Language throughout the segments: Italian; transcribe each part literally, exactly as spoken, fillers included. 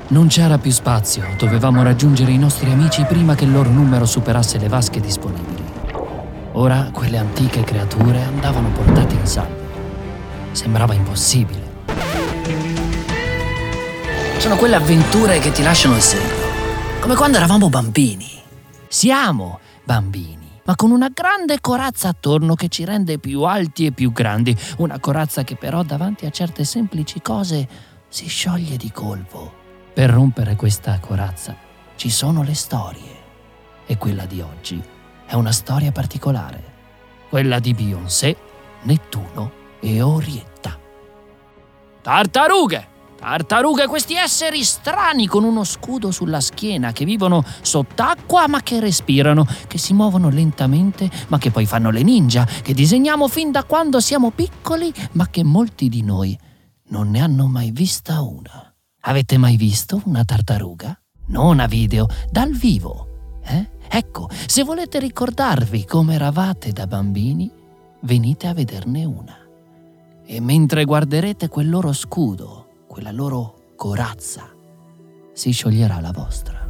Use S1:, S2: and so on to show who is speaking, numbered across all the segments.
S1: Non c'era più spazio, dovevamo raggiungere i nostri amici prima che il loro numero superasse le vasche disponibili. Ora quelle antiche creature andavano portate in salvo. Sembrava impossibile. Sono quelle avventure che ti lasciano il segno, come quando eravamo bambini. Siamo bambini, ma con una grande corazza attorno che ci rende più alti e più grandi. Una corazza che però davanti a certe semplici cose si scioglie di colpo. Per rompere questa corazza ci sono le storie. E quella di oggi è una storia particolare. Quella di Beyoncé, Nettuno e Orietta. Tartarughe! Tartarughe, questi esseri strani con uno scudo sulla schiena, che vivono sott'acqua ma che respirano, che si muovono lentamente ma che poi fanno le ninja, che disegniamo fin da quando siamo piccoli ma che molti di noi non ne hanno mai vista una. Avete mai visto una tartaruga? Non a video, dal vivo. Eh? Ecco, se volete ricordarvi come eravate da bambini, venite a vederne una. E mentre guarderete quel loro scudo, quella loro corazza, si scioglierà la vostra.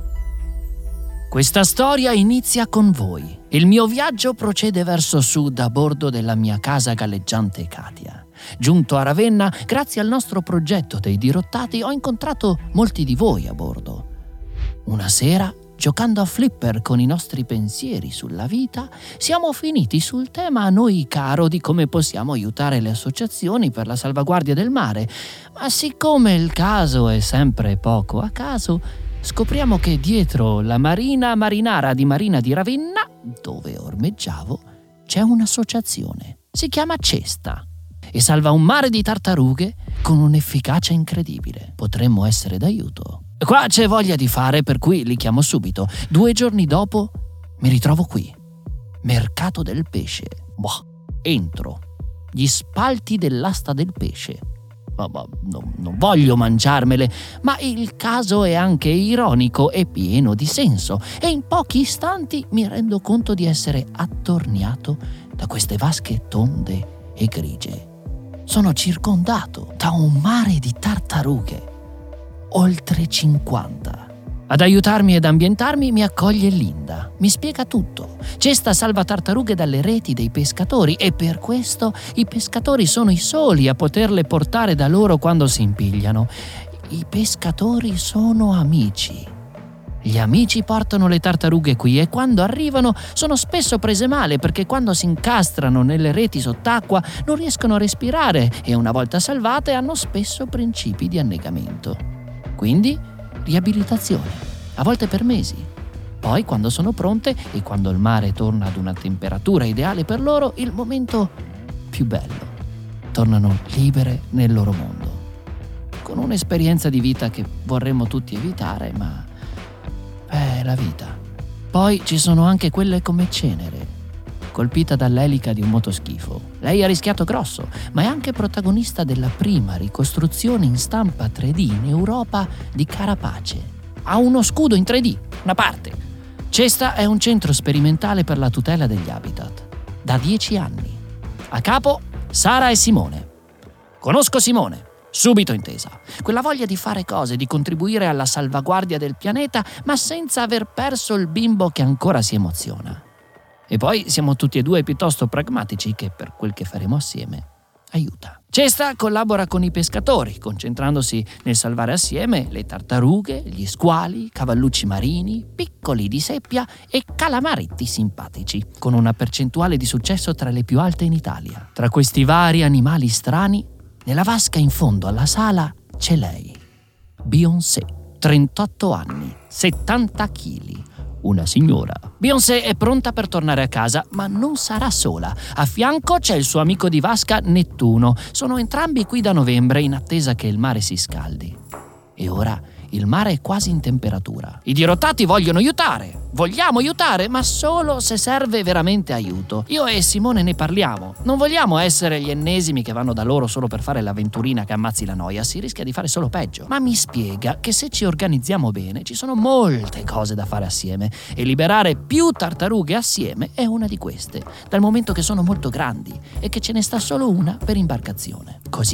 S1: Questa storia inizia con voi. Il mio viaggio procede verso sud a bordo della mia casa galleggiante Katia. Giunto a Ravenna, grazie al nostro progetto dei dirottati, ho incontrato molti di voi a bordo. Una sera, giocando a flipper con i nostri pensieri sulla vita, siamo finiti sul tema a noi caro di come possiamo aiutare le associazioni per la salvaguardia del mare. Ma siccome il caso è sempre poco a caso, scopriamo che dietro la Marina Marinara di Marina di Ravenna, dove ormeggiavo, c'è un'associazione. Si chiama Cesta e salva un mare di tartarughe con un'efficacia incredibile. Potremmo essere d'aiuto. Qua c'è voglia di fare, per cui li chiamo subito. Due giorni dopo mi ritrovo qui. Mercato del pesce. Boh, entro. Gli spalti dell'asta del pesce. Ma, ma, no, non voglio mangiarmele, ma il caso è anche ironico e pieno di senso. E in pochi istanti mi rendo conto di essere attorniato da queste vasche tonde e grigie. Sono circondato da un mare di tartarughe. Oltre cinquanta. Ad aiutarmi ed ambientarmi mi accoglie Linda. Mi spiega tutto. Cesta salva tartarughe dalle reti dei pescatori e per questo i pescatori sono i soli a poterle portare da loro quando si impigliano. I pescatori sono amici. Gli amici portano le tartarughe qui e quando arrivano sono spesso prese male perché quando si incastrano nelle reti sott'acqua non riescono a respirare e una volta salvate hanno spesso principi di annegamento. Quindi riabilitazione, a volte per mesi. Poi quando sono pronte e quando il mare torna ad una temperatura ideale per loro, il momento più bello. Tornano libere nel loro mondo. Con un'esperienza di vita che vorremmo tutti evitare, ma è la vita. Poi ci sono anche quelle come Cenere, colpita dall'elica di un motoschifo. Lei ha rischiato grosso, ma è anche protagonista della prima ricostruzione in stampa tre D in Europa di Carapace. Ha uno scudo in tre D, una parte. Cesta è un centro sperimentale per la tutela degli habitat. Da dieci anni. A capo Sara e Simone. Conosco Simone. Subito intesa. Quella voglia di fare cose, di contribuire alla salvaguardia del pianeta, ma senza aver perso il bimbo che ancora si emoziona. E poi siamo tutti e due piuttosto pragmatici che, per quel che faremo assieme, aiuta. Cesta collabora con i pescatori, concentrandosi nel salvare assieme le tartarughe, gli squali, cavallucci marini, piccoli di seppia e calamaretti simpatici, con una percentuale di successo tra le più alte in Italia. Tra questi vari animali strani, nella vasca in fondo alla sala c'è lei, Beyoncé, trentotto anni, settanta chili, una signora. Beyoncé è pronta per tornare a casa, ma non sarà sola. A fianco c'è il suo amico di vasca, Nettuno. Sono entrambi qui da novembre in attesa che il mare si scaldi. E ora il mare è quasi in temperatura. I dirottati vogliono aiutare. Vogliamo aiutare, ma solo se serve veramente aiuto. Io e Simone ne parliamo. Non vogliamo essere gli ennesimi che vanno da loro solo per fare l'avventurina che ammazzi la noia. Si rischia di fare solo peggio. Ma mi spiega che se ci organizziamo bene ci sono molte cose da fare assieme e liberare più tartarughe assieme è una di queste, dal momento che sono molto grandi e che ce ne sta solo una per imbarcazione. Così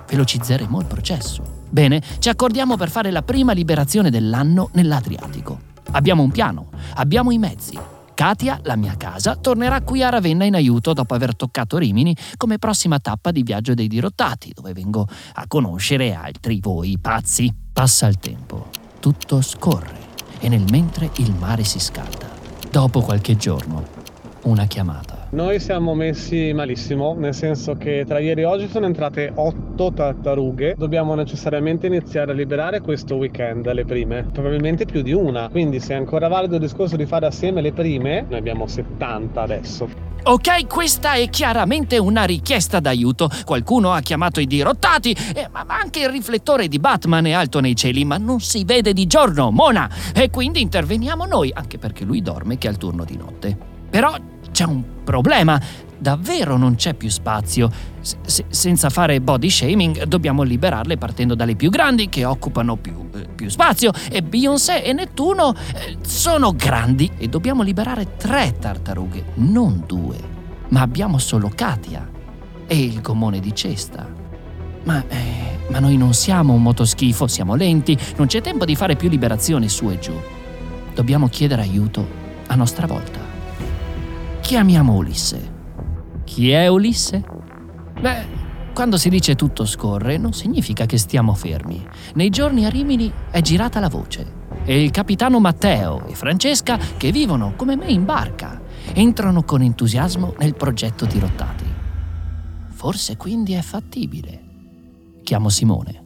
S1: velocizzeremo il processo. Bene, ci accordiamo per fare la prima liberazione dell'anno nell'Adriatico. Abbiamo un piano, abbiamo i mezzi. Katia, la mia casa, tornerà qui a Ravenna in aiuto dopo aver toccato Rimini come prossima tappa di Viaggio dei Dirottati, dove vengo a conoscere altri voi pazzi. Passa il tempo, tutto scorre e nel mentre il mare si scalda. Dopo qualche giorno, una chiamata.
S2: Noi siamo messi malissimo, nel senso che tra ieri e oggi sono entrate otto tartarughe. Dobbiamo necessariamente iniziare a liberare questo weekend le prime, probabilmente più di una. Quindi se è ancora valido il discorso di fare assieme le prime, ne abbiamo settanta adesso.
S1: Ok, questa è chiaramente una richiesta d'aiuto. Qualcuno ha chiamato i dirottati, eh, ma anche il riflettore di Batman è alto nei cieli, ma non si vede di giorno, Mona! E quindi interveniamo noi, anche perché lui dorme che ha il turno di notte. Però c'è un problema, davvero non c'è più spazio. Se, senza fare body shaming, dobbiamo liberarle partendo dalle più grandi, che occupano più, eh, più spazio, e Beyoncé e Nettuno eh, sono grandi e dobbiamo liberare tre tartarughe, non due. Ma abbiamo solo Katia e il gommone di cesta. Ma, eh, ma noi non siamo un motoschifo, siamo lenti, non c'è tempo di fare più liberazioni su e giù. Dobbiamo chiedere aiuto a nostra volta. Chiamiamo Ulisse. Chi è Ulisse? Beh, quando si dice tutto scorre, non significa che stiamo fermi. Nei giorni a Rimini è girata la voce. E il capitano Matteo e Francesca, che vivono come me in barca, entrano con entusiasmo nel progetto Dirottati. Forse quindi è fattibile. Chiamo Simone.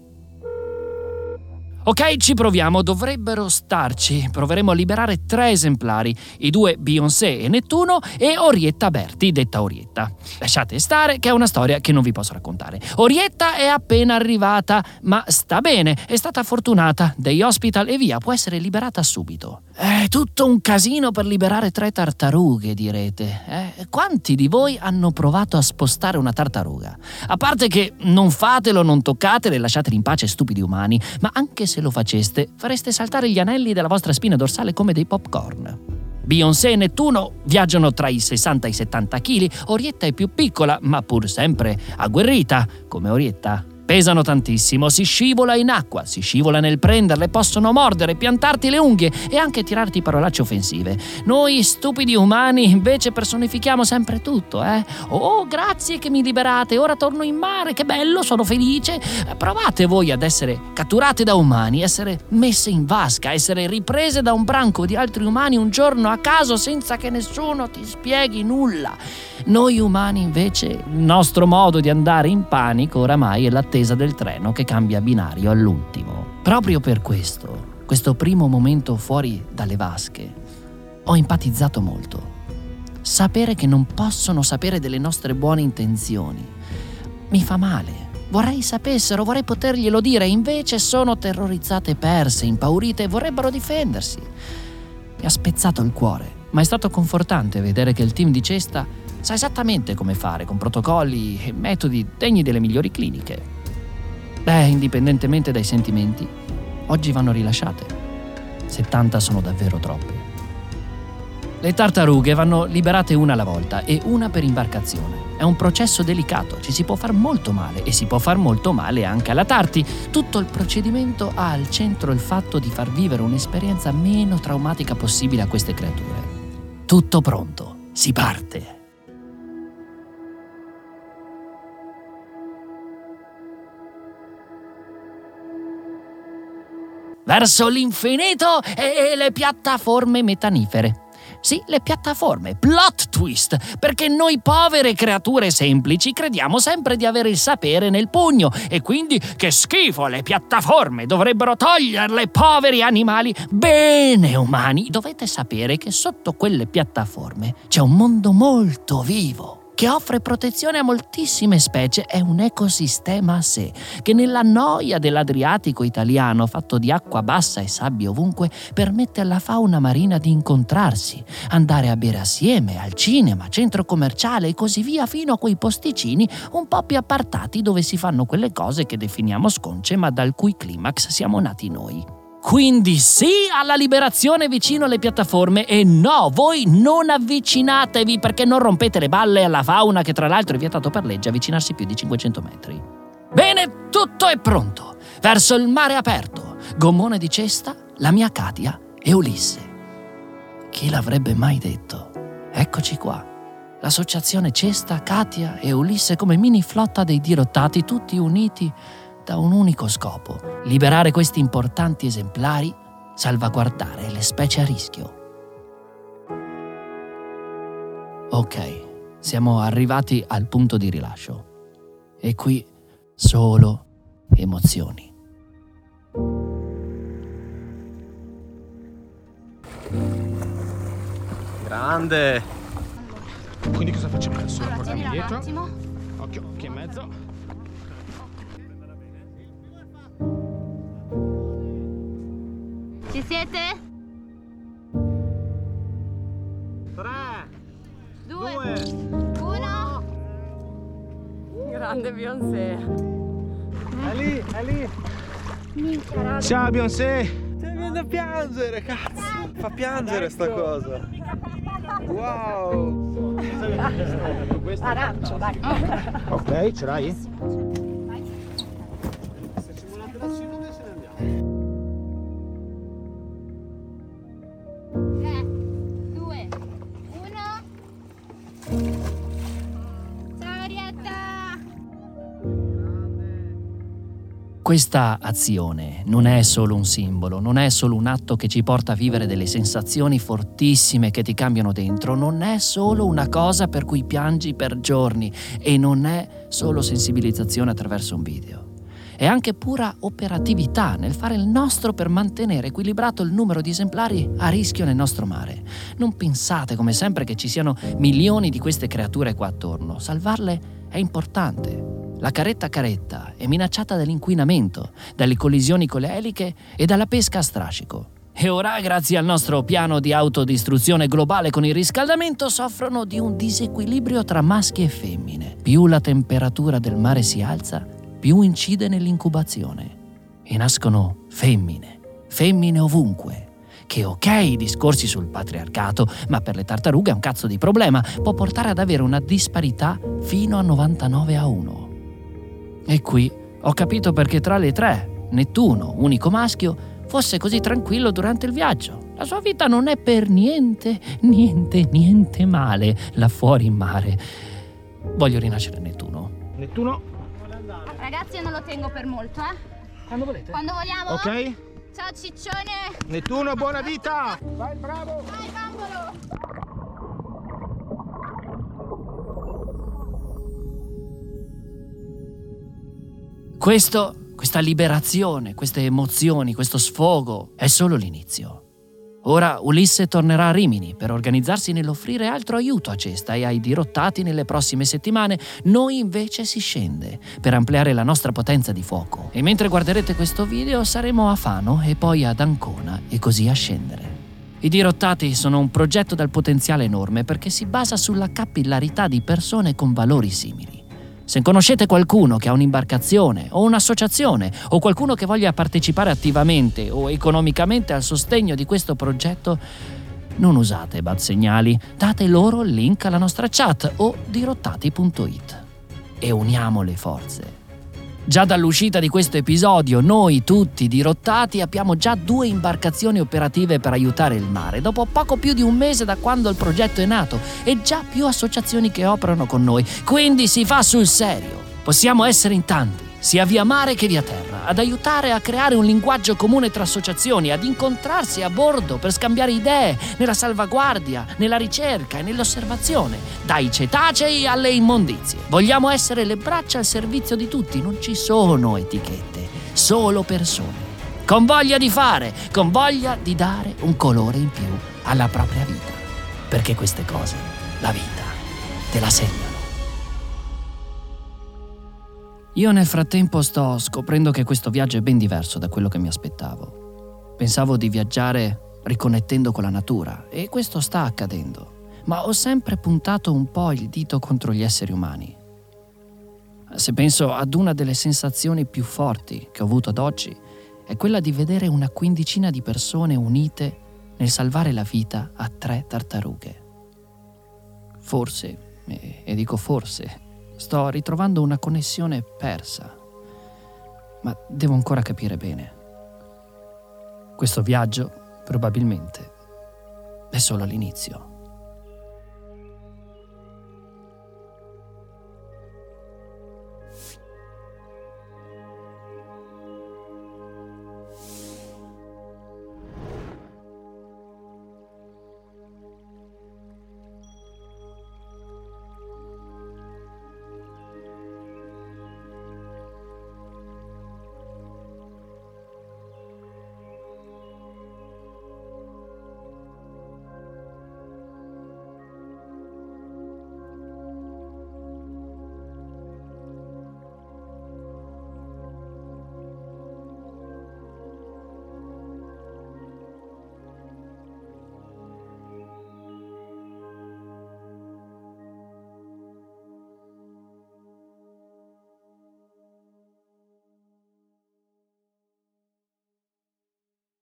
S1: Ok, ci proviamo, dovrebbero starci. Proveremo a liberare tre esemplari, i due Beyoncé e Nettuno e Orietta Berti, detta Orietta. Lasciate stare che è una storia che non vi posso raccontare. Orietta è appena arrivata, ma sta bene, è stata fortunata. Day hospital e via, può essere liberata subito. È tutto un casino per liberare tre tartarughe, direte. Eh? Quanti di voi hanno provato a spostare una tartaruga? A parte che non fatelo, non toccatele, lasciateli in pace, stupidi umani, ma anche se lo faceste, fareste saltare gli anelli della vostra spina dorsale come dei popcorn. Beyoncé e Nettuno viaggiano tra i sessanta e i settanta chili, Orietta è più piccola, ma pur sempre agguerrita, come Orietta. Pesano tantissimo, si scivola in acqua, si scivola nel prenderle, possono mordere, piantarti le unghie e anche tirarti parolacce offensive. Noi, stupidi umani, invece personifichiamo sempre tutto, eh? Oh, grazie che mi liberate, ora torno in mare, che bello, sono felice. Provate voi ad essere catturate da umani, essere messe in vasca, essere riprese da un branco di altri umani un giorno a caso senza che nessuno ti spieghi nulla. Noi umani, invece, il nostro modo di andare in panico oramai è l'attesa del treno che cambia binario all'ultimo. Proprio per questo, questo primo momento fuori dalle vasche, ho empatizzato molto. Sapere che non possono sapere delle nostre buone intenzioni mi fa male. Vorrei sapessero, vorrei poterglielo dire, invece sono terrorizzate, perse, impaurite e vorrebbero difendersi. Mi ha spezzato il cuore, ma è stato confortante vedere che il team di cesta sa esattamente come fare, con protocolli e metodi degni delle migliori cliniche. Beh, indipendentemente dai sentimenti, oggi vanno rilasciate. settanta sono davvero troppe. Le tartarughe vanno liberate una alla volta e una per imbarcazione. È un processo delicato, ci si può far molto male e si può far molto male anche alla Tarti. Tutto il procedimento ha al centro il fatto di far vivere un'esperienza meno traumatica possibile a queste creature. Tutto pronto, si parte. Verso l'infinito e le piattaforme metanifere. Sì, le piattaforme, plot twist, perché noi povere creature semplici crediamo sempre di avere il sapere nel pugno e quindi che schifo, le piattaforme dovrebbero toglierle, poveri animali. Bene, umani, dovete sapere che sotto quelle piattaforme c'è un mondo molto vivo, che offre protezione a moltissime specie, è un ecosistema a sé, che nella noia dell'Adriatico italiano, fatto di acqua bassa e sabbia ovunque, permette alla fauna marina di incontrarsi, andare a bere assieme, al cinema, centro commerciale e così via, fino a quei posticini un po' più appartati dove si fanno quelle cose che definiamo sconce, ma dal cui climax siamo nati noi. Quindi sì alla liberazione vicino alle piattaforme e no, voi non avvicinatevi perché non rompete le balle alla fauna che tra l'altro è vietato per legge avvicinarsi più di cinquecento metri. Bene, tutto è pronto. Verso il mare aperto. Gommone di cesta, la mia Katia e Ulisse. Chi l'avrebbe mai detto? Eccoci qua. L'associazione Cesta, Katia e Ulisse come mini flotta dei dirottati, tutti uniti da un unico scopo: liberare questi importanti esemplari, salvaguardare le specie a rischio. Ok, siamo arrivati al punto di rilascio. E qui solo emozioni.
S3: Grande!
S4: Quindi cosa facciamo adesso?
S5: Allora,
S4: Portarmi
S5: tienila un
S4: dietro?
S5: attimo.
S4: Occhio, occhio e mezzo.
S5: Ci siete?
S3: Tre!
S5: Due,
S3: Due!
S5: uno.
S6: Grande Beyoncé.
S3: È lì, è lì!
S5: Minchia, raga.
S3: Ciao Beyoncé! Stai venendo a piangere, cazzo! Fa piangere sta cosa! Wow!
S6: Arancio, dai.
S3: Ok, ce l'hai?
S5: tre, due, uno. Ciao Arietta.
S1: Questa azione non è solo un simbolo, non è solo un atto che ci porta a vivere delle sensazioni fortissime che ti cambiano dentro, non è solo una cosa per cui piangi per giorni e non è solo sensibilizzazione attraverso un video. È anche pura operatività nel fare il nostro per mantenere equilibrato il numero di esemplari a rischio nel nostro mare. Non pensate, come sempre, che ci siano milioni di queste creature qua attorno. Salvarle è importante. La caretta caretta è minacciata dall'inquinamento, dalle collisioni con le eliche e dalla pesca a strascico. E ora, grazie al nostro piano di autodistruzione globale con il riscaldamento, soffrono di un disequilibrio tra maschi e femmine. Più la temperatura del mare si alza, più incide nell'incubazione. E nascono femmine, femmine ovunque. Che ok i discorsi sul patriarcato, ma per le tartarughe è un cazzo di problema, può portare ad avere una disparità fino a novantanove a uno. E qui ho capito perché tra le tre, Nettuno, unico maschio, fosse così tranquillo durante il viaggio. La sua vita non è per niente, niente, niente male là fuori in mare. Voglio rinascere Nettuno.
S3: Nettuno?
S5: Ragazzi, io non lo tengo per molto, eh.
S1: Quando volete.
S5: Quando vogliamo?
S3: Ok?
S5: Ciao ciccione.
S3: Nettuno, buona vita! Vai, bravo!
S5: Vai, bambolo.
S1: Questo, questa liberazione, queste emozioni, questo sfogo è solo l'inizio. Ora Ulisse tornerà a Rimini per organizzarsi nell'offrire altro aiuto a Cesta e ai dirottati nelle prossime settimane. Noi invece si scende per ampliare la nostra potenza di fuoco. E mentre guarderete questo video saremo a Fano e poi ad Ancona e così a scendere. I dirottati sono un progetto dal potenziale enorme perché si basa sulla capillarità di persone con valori simili. Se conoscete qualcuno che ha un'imbarcazione o un'associazione o qualcuno che voglia partecipare attivamente o economicamente al sostegno di questo progetto, non usate bad segnali, date loro il link alla nostra chat o dirottati punto it e uniamo le forze. Già dall'uscita di questo episodio, noi tutti dirottati abbiamo già due imbarcazioni operative per aiutare il mare, dopo poco più di un mese da quando il progetto è nato, e già più associazioni che operano con noi, quindi si fa sul serio. Possiamo essere in tanti, sia via mare che via terra, ad aiutare a creare un linguaggio comune tra associazioni, ad incontrarsi a bordo per scambiare idee nella salvaguardia, nella ricerca e nell'osservazione, dai cetacei alle immondizie. Vogliamo essere le braccia al servizio di tutti, non ci sono etichette, solo persone. Con voglia di fare, con voglia di dare un colore in più alla propria vita. Perché queste cose, la vita, te la segnano. Io nel frattempo sto scoprendo che questo viaggio è ben diverso da quello che mi aspettavo. Pensavo di viaggiare riconnettendo con la natura e questo sta accadendo, ma ho sempre puntato un po' il dito contro gli esseri umani. Se penso ad una delle sensazioni più forti che ho avuto ad oggi, è quella di vedere una quindicina di persone unite nel salvare la vita a tre tartarughe. Forse, e dico forse, sto ritrovando una connessione persa, ma devo ancora capire bene. Questo viaggio, probabilmente, è solo l'inizio.